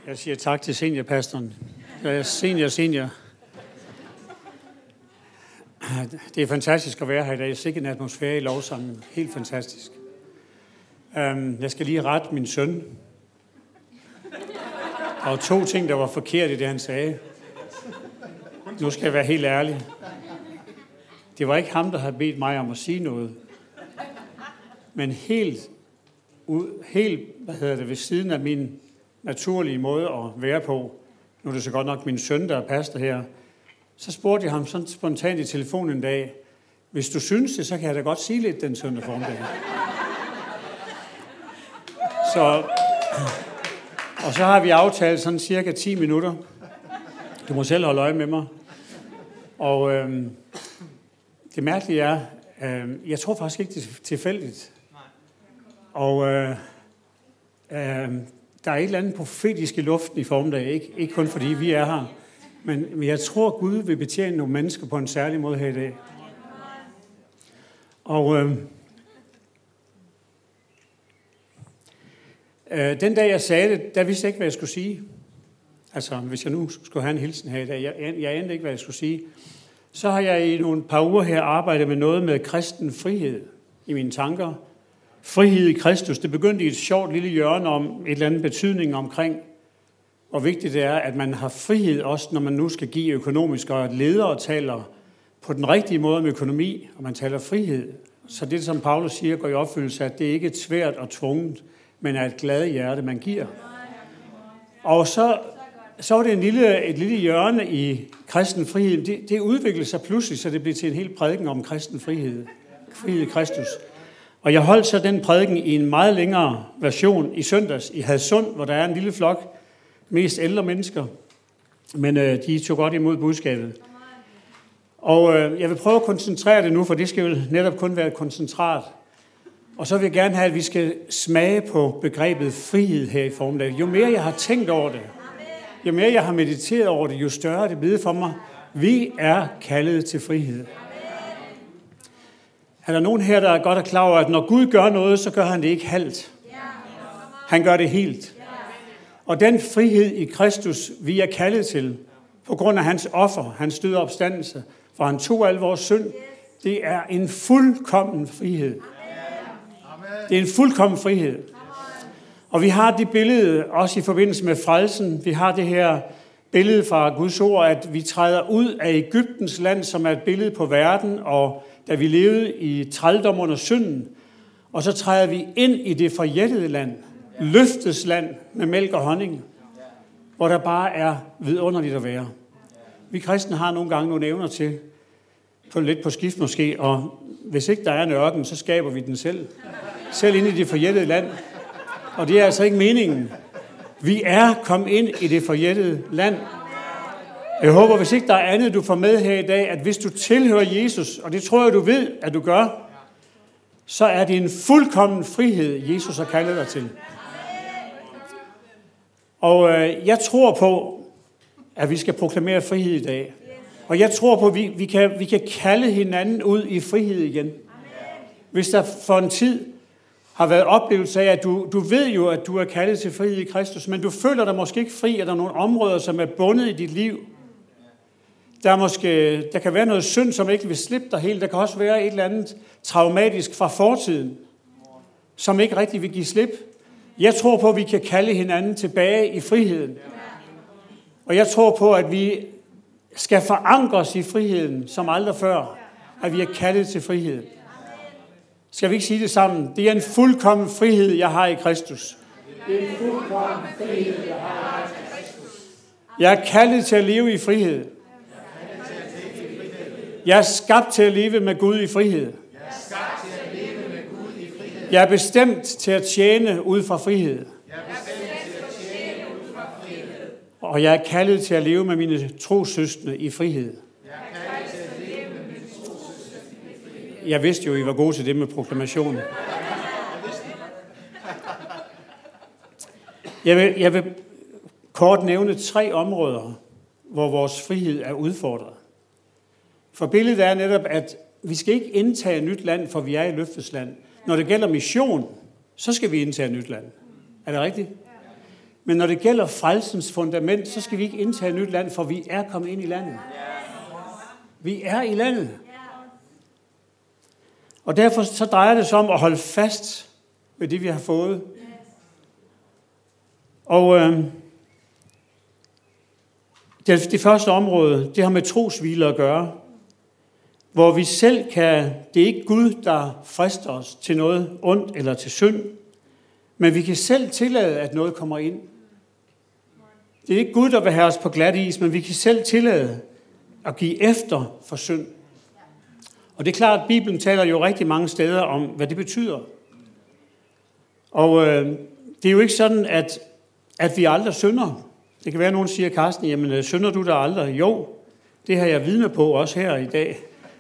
Jeg siger tak til seniorpastoren. Jeg er senior. Det er fantastisk at være her i dag. Sikke en atmosfære i lovsangen. Helt fantastisk. Jeg skal lige rette min søn. Der var 2 ting, der var forkert i det, han sagde. Nu skal jeg være helt ærlig. Det var ikke ham, der havde bedt mig om at sige noget. Men helt ved siden af min naturlige måde at være på, nu er det så godt nok min søn, der er pastor her, så spurgte jeg ham sådan spontant i telefonen en dag, hvis du synes det, så kan jeg da godt sige lidt den søndag formiddag. Og så har vi aftalt sådan cirka 10 minutter. Du må selv holde øje med mig. Og det mærkelige er, jeg tror faktisk ikke, det er tilfældigt. Og der er et eller andet profetisk i luften i formiddag, ikke kun fordi vi er her, men jeg tror, Gud vil betjene nogle mennesker på en særlig måde her i dag. Og den dag jeg sagde det, der vidste jeg ikke, hvad jeg skulle sige. Altså, hvis jeg nu skulle have en hilsen her i dag, jeg anede ikke, hvad jeg skulle sige. Så har jeg i nogle par uger her arbejdet med noget med kristen frihed i mine tanker. Frihed i Kristus. Det begyndte i et sjovt lille hjørne om et eller andet betydning omkring, hvor vigtigt det er, at man har frihed også, når man nu skal give økonomisk, og at ledere taler på den rigtige måde om økonomi, og man taler frihed. Så det, som Paulus siger, går i opfyldelse, at det ikke er svært og tvunget, men er et glad hjerte, man giver. Og så var det et lille hjørne i kristen frihed. Det udviklede sig pludselig, så det blev til en hel prædiken om kristen frihed. Frihed i Kristus. Og jeg holdt så den prædiken i en meget længere version i søndags i Hadsund, hvor der er en lille flok, mest ældre mennesker. Men de tog godt imod budskabet. Og jeg vil prøve at koncentrere det nu, for det skal jo netop kun være et koncentrat. Og så vil jeg gerne have, at vi skal smage på begrebet frihed her i formiddag. Jo mere jeg har tænkt over det, jo mere jeg har mediteret over det, jo større det bliver for mig. Vi er kaldet til frihed. Er der nogen her, der er godt og klar over, at når Gud gør noget, så gør han det ikke halvt. Han gør det helt. Og den frihed i Kristus, vi er kaldet til, på grund af hans offer, hans døde opstandelse, for han tog al vores synd, det er en fuldkommen frihed. Det er en fuldkommen frihed. Og vi har det billede, også i forbindelse med frelsen, vi har det her billede fra Guds ord, at vi træder ud af Egyptens land, som er et billede på verden, og da vi levede i trældom under synden, og så træder vi ind i det forjættede land, løftets land med mælk og honning, hvor der bare er vidunderligt at være. Vi kristne har nogle gange nogle evner til, lidt på skift måske, og hvis ikke der er en ørken, så skaber vi den selv. Selv inde i det forjættede land. Og det er altså ikke meningen. Vi er kommet ind i det forjættede land. Jeg håber, hvis ikke der er andet, du får med her i dag, at hvis du tilhører Jesus, og det tror jeg, du ved, at du gør, så er det en fuldkommen frihed, Jesus har kaldet dig til. Og jeg tror på, at vi skal proklamere frihed i dag. Og jeg tror på, at vi kan kalde hinanden ud i frihed igen. Hvis der for en tid har været oplevelse af, at du ved jo, at du er kaldet til frihed i Kristus, men du føler dig måske ikke fri, at der er nogle områder, som er bundet i dit liv. Der kan være noget synd, som ikke vil slippe dig helt. Der kan også være et eller andet traumatisk fra fortiden, som ikke rigtig vil give slip. Jeg tror på, at vi kan kalde hinanden tilbage i friheden. Og jeg tror på, at vi skal forankres i friheden, som aldrig før. At vi er kaldet til frihed. Skal vi ikke sige det sammen? Det er en fuldkommen frihed, jeg har i Kristus. Det er en fuldkommen frihed, jeg har i Kristus. Jeg er kaldet til at leve i frihed. Jeg er skabt til at leve med Gud i frihed. Jeg er bestemt til at tjene ud fra frihed. Og jeg er kaldet til at leve med mine trossøskende i frihed. Jeg vidste jo, I var gode til det med proklamationen. Jeg vil kort nævne 3 områder, hvor vores frihed er udfordret. For billedet er netop, at vi skal ikke indtage et nyt land, for vi er i løftets land. Når det gælder mission, så skal vi indtage et nyt land. Er det rigtigt? Men når det gælder frelsens fundament, så skal vi ikke indtage et nyt land, for vi er kommet ind i landet. Vi er i landet. Og derfor så drejer det sig om at holde fast ved det, vi har fået. Og det første område, det har med troshvile at gøre, hvor vi selv kan, det er ikke Gud, der frister os til noget ondt eller til synd, men vi kan selv tillade, at noget kommer ind. Det er ikke Gud, der vil have os på glat is, men vi kan selv tillade at give efter for synd. Og det er klart, at Bibelen taler jo rigtig mange steder om, hvad det betyder. Og det er jo ikke sådan, at vi aldrig synder. Det kan være, at nogen siger, Karsten, jamen synder du der aldrig? Jo, det har jeg vidne på også her i dag,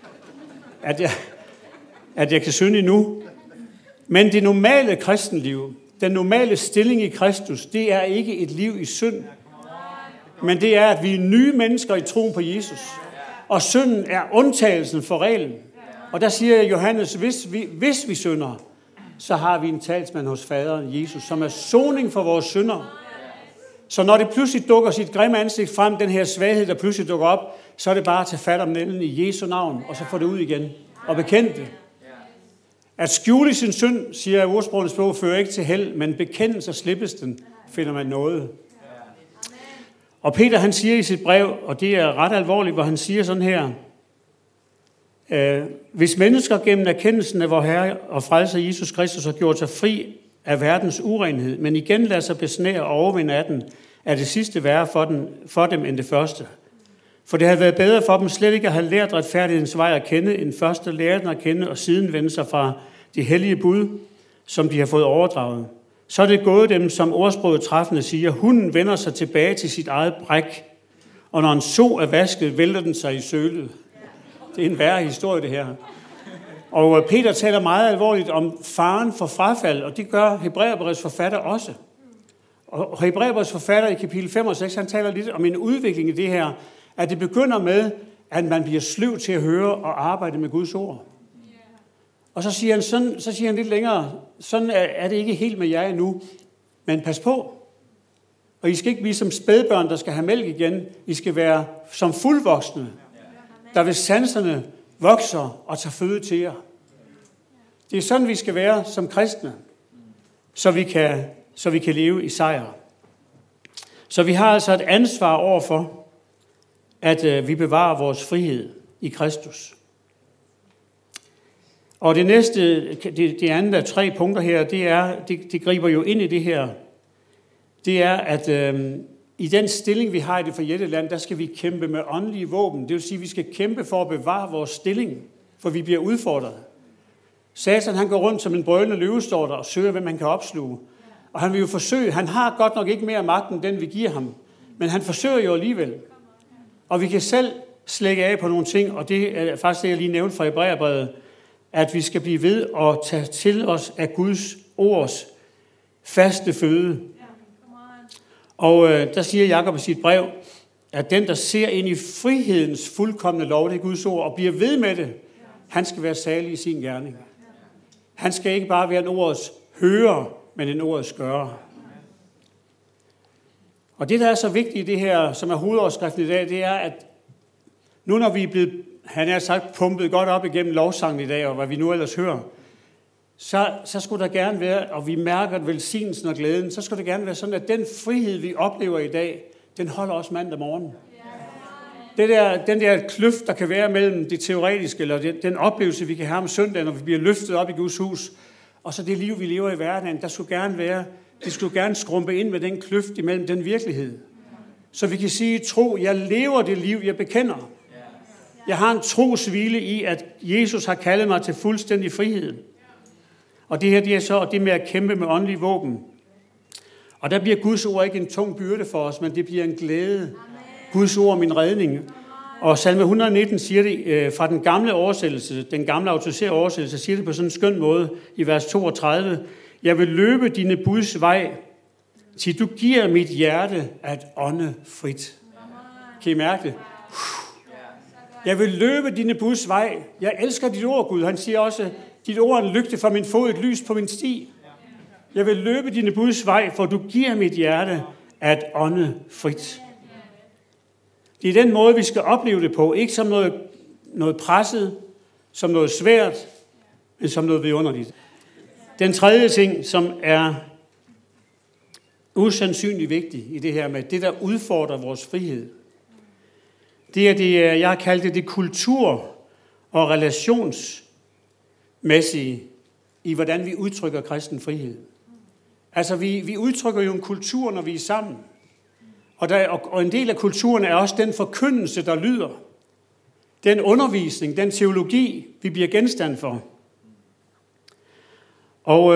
at jeg kan synde endnu. Men det normale kristenliv, den normale stilling i Kristus, det er ikke et liv i synd. Men det er, at vi er nye mennesker i troen på Jesus. Og synden er undtagelsen for reglen. Og der siger Johannes, hvis vi synder, så har vi en talsmand hos faderen, Jesus, som er soning for vores synder. Så når det pludselig dukker sit grimme ansigt frem, den her svaghed, der pludselig dukker op, så er det bare at tage fat om nælden i Jesu navn, og så få det ud igen og bekende det. At skjule sin synd, siger ordsprogenes bog, fører ikke til held, men bekendelse og slippes den, finder man noget. Og Peter, han siger i sit brev, og det er ret alvorligt, hvor han siger sådan her, hvis mennesker gennem erkendelsen af vor Herre og frelser Jesus Kristus har gjort sig fri af verdens urenhed, men igen lader sig besnære og overvinde af den, er det sidste værre for dem end det første. For det havde været bedre for dem slet ikke at have lært retfærdighedens vej at kende, end først at lære den at kende, og siden vende sig fra de hellige bud, som de har fået overdraget. Så er det gået dem, som ordsproget træffende siger, hunden vender sig tilbage til sit eget bræk, og når en so er vasket, vælter den sig i sølet. Det er en værre historie, det her. Og Peter taler meget alvorligt om faren for frafald, og det gør Hebræerbrevets forfatter også. Og Hebræerbrevets forfatter i kapitel 5 og 6, han taler lidt om en udvikling i det her, at det begynder med, at man bliver sløv til at høre og arbejde med Guds ord. Og så siger han lidt længere, sådan er det ikke helt med jer endnu, men pas på. Og I skal ikke blive som spædbørn, der skal have mælk igen. I skal være som fuldvoksne, der ved sanserne vokser og tager føde til jer. Det er sådan, vi skal være som kristne, så vi kan leve i sejr. Så vi har altså et ansvar overfor, at vi bevarer vores frihed i Kristus. Og det næste, det andet af 3 punkter her, det griber jo ind i det her. Det er, at i den stilling, vi har i det forjættede land, der skal vi kæmpe med åndelige våben. Det vil sige, at vi skal kæmpe for at bevare vores stilling, for vi bliver udfordret. Satan, han går rundt som en brølende løve, står der, og søger, hvem han kan opsluge. Og han vil jo forsøge, han har godt nok ikke mere magt, end den vi giver ham, men han forsøger jo alligevel. Og vi kan selv slække af på nogle ting, og det er faktisk det, jeg lige nævnte fra Hebræerbrevet, at vi skal blive ved at tage til os af Guds ords faste føde. Og der siger Jakob i sit brev, at den, der ser ind i frihedens fuldkomne lov, det er Guds ord, og bliver ved med det, han skal være salig i sin gerning. Han skal ikke bare være en ordets hører, men en ordets gører. Og det, der er så vigtigt i det her, som er hovedoverskriften i dag, det er, at nu når vi er blevet, han har sagt, pumpet godt op igennem lovsangen i dag, og hvad vi nu ellers hører, så skulle der gerne være, og vi mærker velsignelsen og glæden, så skulle det gerne være sådan, at den frihed, vi oplever i dag, den holder os mandag morgen. Den der kløft, der kan være mellem det teoretiske, eller den oplevelse, vi kan have om søndagen, når vi bliver løftet op i Guds hus, og så det liv, vi lever i hverdagen, det skulle gerne skrumpe ind med den kløft imellem den virkelighed. Så vi kan sige, tro, jeg lever det liv, jeg bekender. Jeg har en trosvile i, at Jesus har kaldet mig til fuldstændig frihed. Og det her, det er så det med at kæmpe med åndelige våben. Og der bliver Guds ord ikke en tung byrde for os, men det bliver en glæde. Guds ord, min redning. Og salme 119 siger det fra den gamle oversættelse, den gamle autoriserede oversættelse, siger det på sådan en skøn måde i vers 32. Jeg vil løbe dine buds vej, til du giver mit hjerte at ånde frit. Kan I mærke det? Jeg vil løbe dine buds vej. Jeg elsker dit ord, Gud. Han siger også, dit ord er en lygte for min fod, et lys på min sti. Jeg vil løbe dine buds vej, for du giver mit hjerte at ånde frit. Det er den måde, vi skal opleve det på. Ikke som noget presset, som noget svært, men som noget vidunderligt. Den tredje ting, som er usandsynligt vigtig i det her med, det der udfordrer vores frihed, det er det, jeg har kaldt det kultur- og relationsmæssige i, hvordan vi udtrykker kristen frihed. Altså, vi udtrykker jo en kultur, når vi er sammen. Og en del af kulturen er også den forkyndelse, der lyder. Den undervisning, den teologi, vi bliver genstand for. Og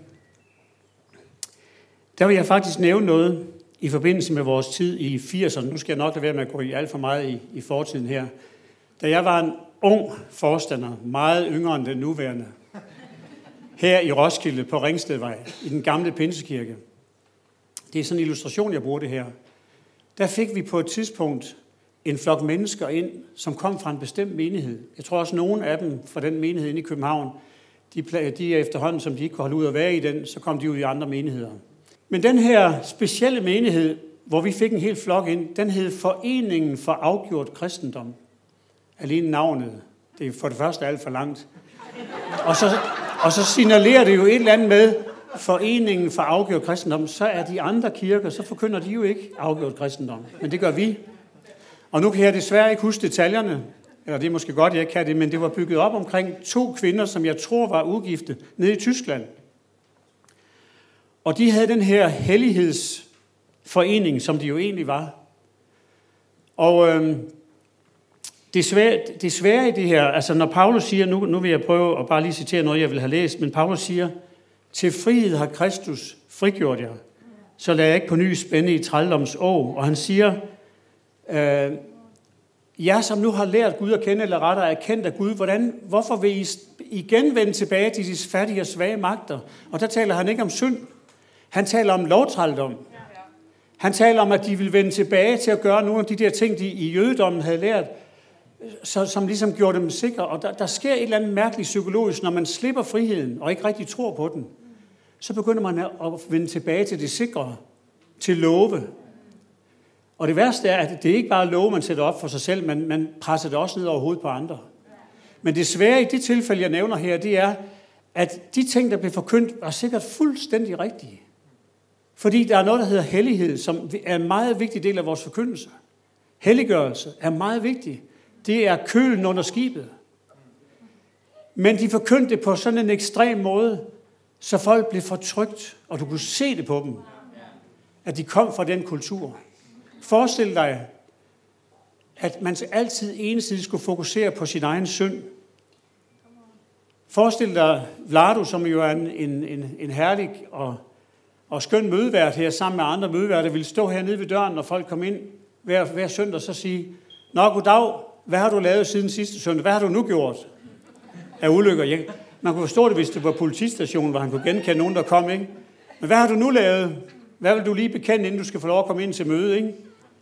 der vil jeg faktisk nævne noget i forbindelse med vores tid i 80'erne. Nu skal jeg nok lade være med at gå i alt for meget i fortiden her. Da jeg var en ung forstander, meget yngre end den nuværende, her i Roskilde på Ringstedvej, i den gamle pinsekirke. Det er sådan en illustration, jeg bruger det her. Der fik vi på et tidspunkt en flok mennesker ind, som kom fra en bestemt menighed. Jeg tror også, nogle af dem fra den menighed inde i København, de efterhånden, som de ikke kunne holde ud at være i den, så kom de ud i andre menigheder. Men den her specielle menighed, hvor vi fik en hel flok ind, den hed Foreningen for Afgjort Kristendom. Alene navnet. Det er for det første alt for langt. Og så signalerer det jo et eller andet med Foreningen for Afgjort Kristendom, så er de andre kirker, så forkynder de jo ikke afgjort kristendom. Men det gør vi. Og nu kan jeg desværre ikke huske detaljerne, eller det er måske godt, jeg ikke kan det, men det var bygget op omkring 2 kvinder, som jeg tror var ugifte, nede i Tyskland. Og de havde den her hellighedsforening, som de jo egentlig var. Og det svære i det her, altså når Paulus siger, nu vil jeg prøve at bare lige citere noget, jeg vil have læst, men Paulus siger, til frihed har Kristus frigjort jer, så lad jeg ikke på ny spænde i trældoms år. Og han siger, jer som nu har lært Gud at kende, eller rettere er kendt af Gud, hvorfor vil I igen vende tilbage til de fattige og svage magter? Og der taler han ikke om synd. Han taler om lovtrældom. Han taler om, at de vil vende tilbage til at gøre nogle af de der ting, de i jødedommen havde lært, som ligesom gjorde dem sikre. Og der sker et eller andet mærkeligt psykologisk, når man slipper friheden og ikke rigtig tror på den. Så begynder man at vende tilbage til det sikre, til love. Og det værste er, at det ikke bare er love, man sætter op for sig selv, men man presser det også ned over hovedet på andre. Men det svære i det tilfælde, jeg nævner her, det er, at de ting, der blev forkyndt, var sikkert fuldstændig rigtige. Fordi der er noget, der hedder hellighed, som er en meget vigtig del af vores forkyndelse. Helliggørelse er meget vigtig. Det er kølen under skibet. Men de forkyndte det på sådan en ekstrem måde, så folk blev fortrykt, og du kunne se det på dem, at de kom fra den kultur. Forestil dig, at man altid ensidigt skulle fokusere på sin egen synd. Forestil dig Vlado, som jo er en herlig og skøn mødevært her, sammen med andre mødeværter, ville stå hernede ved døren, når folk kom ind hver søndag, så sige, nå, goddag, hvad har du lavet siden sidste søndag? Hvad har du nu gjort af ulykker? Man kunne forstå det, hvis det var politistationen, hvor han kunne genkende nogen, der kom, ikke? Men hvad har du nu lavet? Hvad vil du lige bekende, inden du skal få lov at komme ind til møde, ikke?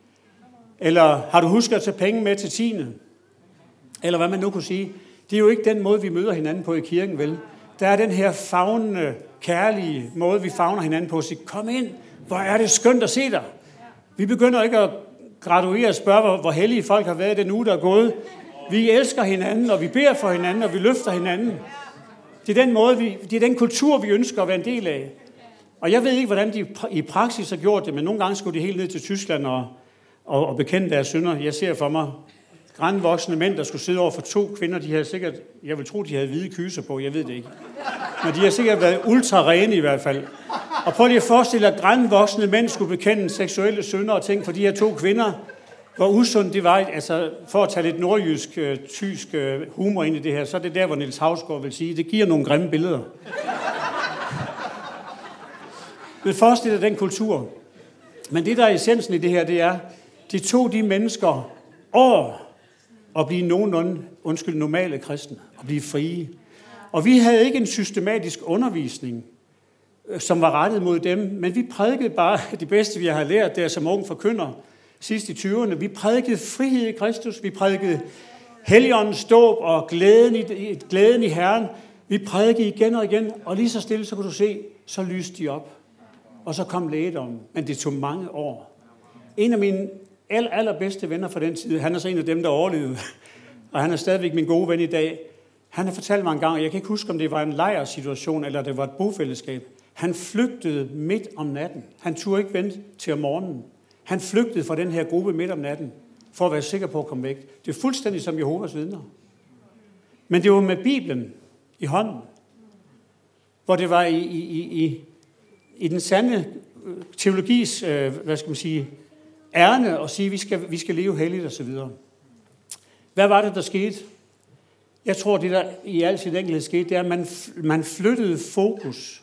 Eller har du husket at tage penge med til 10. Eller hvad man nu kunne sige. Det er jo ikke den måde, vi møder hinanden på i kirken, vel? Der er den her favnende, kærlige måde, vi favner hinanden på at sige, kom ind, hvor er det skønt at se dig. Vi begynder ikke at graduere og spørge, hvor hellige folk har været den uge, der er gået. Vi elsker hinanden, og vi beder for hinanden, og vi løfter hinanden. Det er den måde, det er den kultur, vi ønsker at være en del af. Og jeg ved ikke, hvordan de i praksis har gjort det, men nogle gange skulle de helt ned til Tyskland og bekende deres synder. Jeg ser for mig grandvoksne mænd, der skulle sidde over for 2 kvinder. De havde sikkert, jeg vil tro, de havde hvide kyser på, jeg ved det ikke. Men de har sikkert været ultra rene i hvert fald. Og prøv lige at forestille dig, at grandvoksne mænd skulle bekende seksuelle synder og ting for de her 2 kvinder. Hvor usundt det var, altså for at tage lidt nordjysk, tysk humor ind i det her, så er det der, hvor Niels Hausgaard vil sige, det giver nogle grimme billeder. Men forestil dig den kultur. Men det, der er essensen i det her, det er, det tog de mennesker år at blive normale kristne, og blive frie. Og vi havde ikke en systematisk undervisning, som var rettet mod dem, men vi prædikede bare det bedste, vi har lært der som ung forkynder sidst i 20'erne. Vi frihed i Kristus, vi prædikede Helligåndens dåb og glæden i Herren. Vi prædikede igen og igen, og lige så stille, så kunne du se, så lyste de op. Og så kom lægedommen, men det tog mange år. En af mine allerbedste venner fra den tid, han er så en af dem, der overlevede, og han er stadigvæk min gode ven i dag. Han har fortalt mig en gang, og jeg kan ikke huske, om det var en lejrsituation, eller det var et bofællesskab. Han flygtede midt om natten. Han turde ikke vente til om morgenen. Han flygtede fra den her gruppe midt om natten, for at være sikker på at komme væk. Det er fuldstændig som Jehovas vidner. Men det var med Bibelen i hånden, hvor det var i den sande teologis, ærne at sige, at vi skal leve helligt og så videre. Hvad var det, der skete? Jeg tror, det der i al sin enkelhed skete, det er, at man flyttede fokus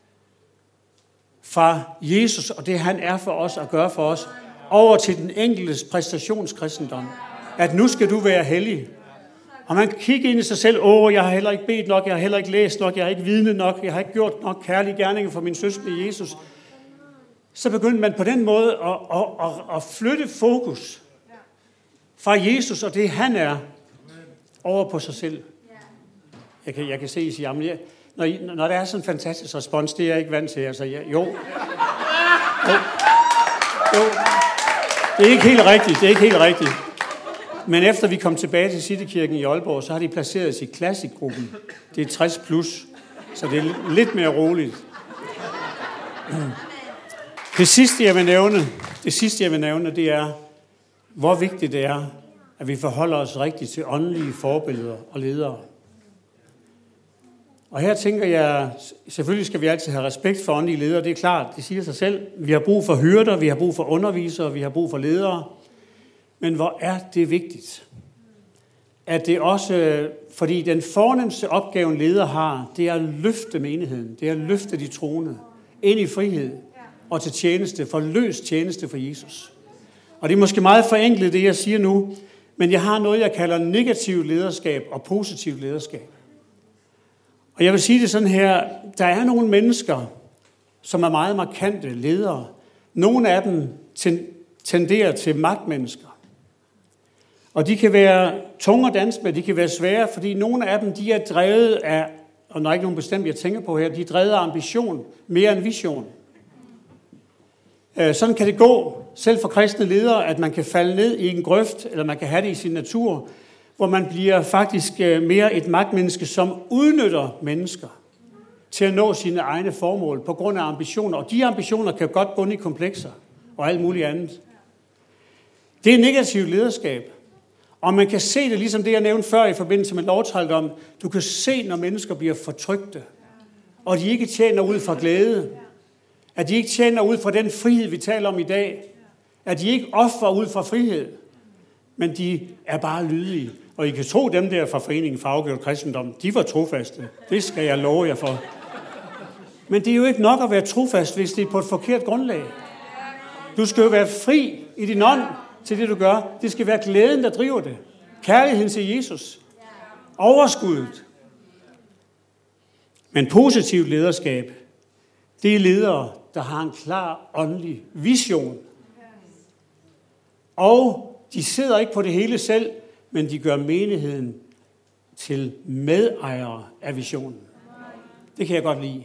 fra Jesus og det, han er for os og gør for os, over til den enkeltes præstationskristendom. At nu skal du være hellig. Og man kigger ind i sig selv, jeg har heller ikke bedt nok, jeg har heller ikke læst nok, jeg har ikke vidnet nok, jeg har ikke gjort nok kærlige gerninger for min søskende Jesus. Så begyndte man på den måde at flytte fokus fra Jesus og det, han er, over på sig selv. Jeg kan se, at I siger, når der er sådan en fantastisk respons, det er jeg ikke vant til. Altså, jo. Det er ikke helt rigtigt. Men efter vi kom tilbage til Citykirken i Aalborg, så har de placeret os i Classic-gruppen. Det er 60 plus, så det er lidt mere roligt. Det sidste, jeg vil nævne, det er, hvor vigtigt det er, at vi forholder os rigtigt til åndelige forbilleder og ledere. Og her tænker jeg, selvfølgelig skal vi altid have respekt for åndelige ledere, det er klart, det siger sig selv. Vi har brug for hyrder, vi har brug for undervisere, vi har brug for ledere. Men hvor er det vigtigt? At det også, fordi den fornemste opgave, en leder har, det er at løfte menigheden, det er at løfte de troende ind i frihed og til tjeneste, for løs tjeneste for Jesus. Og det er måske meget forenklet, det jeg siger nu, men jeg har noget, jeg kalder negativt lederskab og positivt lederskab. Og jeg vil sige det sådan her, der er nogle mennesker, som er meget markante ledere. Nogle af dem tenderer til magtmennesker. Og de kan være tunge at danse med, de kan være svære, fordi nogle af dem, de er drevet af, og der er ikke nogen bestemt, jeg tænker på her, de er drevet af ambition, mere end vision. Sådan kan det gå, selv for kristne ledere, at man kan falde ned i en grøft, eller man kan have det i sin natur, hvor man bliver faktisk mere et magtmenneske, som udnytter mennesker til at nå sine egne formål på grund af ambitioner. Og de ambitioner kan godt bunde i komplekser og alt muligt andet. Det er negativt lederskab. Og man kan se det, ligesom det, jeg nævnte før i forbindelse med lovtrældom. Du kan se, når mennesker bliver fortrykte, og de ikke tjener ud fra glæde. At de ikke tjener ud fra den frihed, vi taler om i dag. At de ikke ofrer ud fra frihed, men de er bare lydige. Og I kan tro, dem der fra Foreningen for Afgjort Kristendom, de var trofaste. Det skal jeg love jer for. Men det er jo ikke nok at være trofast, hvis det er på et forkert grundlag. Du skal jo være fri i din ånd til det, du gør. Det skal være glæden, der driver det. Kærligheden til Jesus. Overskuddet. Men positivt lederskab, det er ledere, der har en klar åndelig vision. Og de sidder ikke på det hele selv, men de gør menigheden til medejere af visionen. Det kan jeg godt lide.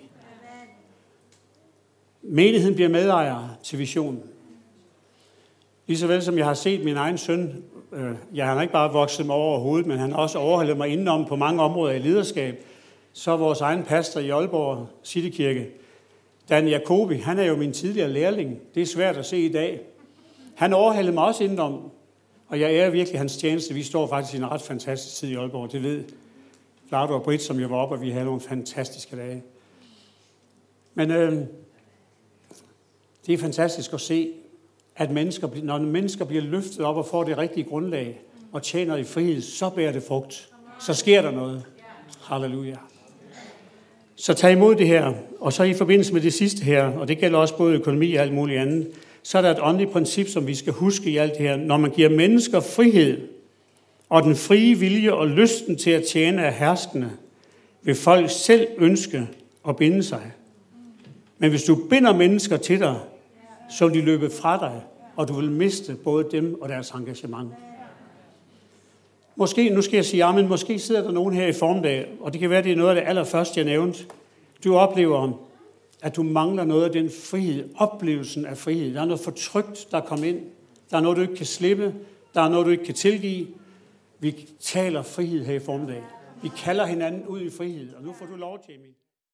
Menigheden bliver medejere til visionen. Ligesåvel som jeg har set min egen søn, han har ikke bare vokset mig over hovedet, men han har også overhalet mig indenom på mange områder i lederskab. Så vores egen pastor i Aalborg Citykirke, Dan Jacobi, han er jo min tidligere lærling. Det er svært at se i dag. Han overhalede mig også indenom, og jeg ærer virkelig hans tjeneste. Vi står faktisk i en ret fantastisk tid i Aalborg, det ved Flardo og Britt, som jeg var oppe, og vi havde nogle fantastiske dage. Men det er fantastisk at se, at når mennesker bliver løftet op og får det rigtige grundlag og tjener i frihed, så bærer det frugt. Så sker der noget. Halleluja. Så tag imod det her, og så i forbindelse med det sidste her, og det gælder også både økonomi og alt muligt andet, så er der et åndeligt princip, som vi skal huske i alt det her. Når man giver mennesker frihed, og den frie vilje og lysten til at tjene er herskende, vil folk selv ønske at binde sig. Men hvis du binder mennesker til dig, så vil de løbe fra dig, og du vil miste både dem og deres engagement. Måske, nu skal jeg sige, men måske sidder der nogen her i formiddag, og det kan være, det er noget af det allerførste, jeg nævnte. Du oplever, at du mangler noget af den frihed, oplevelsen af frihed. Der er noget fortrykt, der er kommet ind. Der er noget, du ikke kan slippe. Der er noget, du ikke kan tilgive. Vi taler frihed her i formiddag. Vi kalder hinanden ud i frihed, og nu får du lov, Jamie.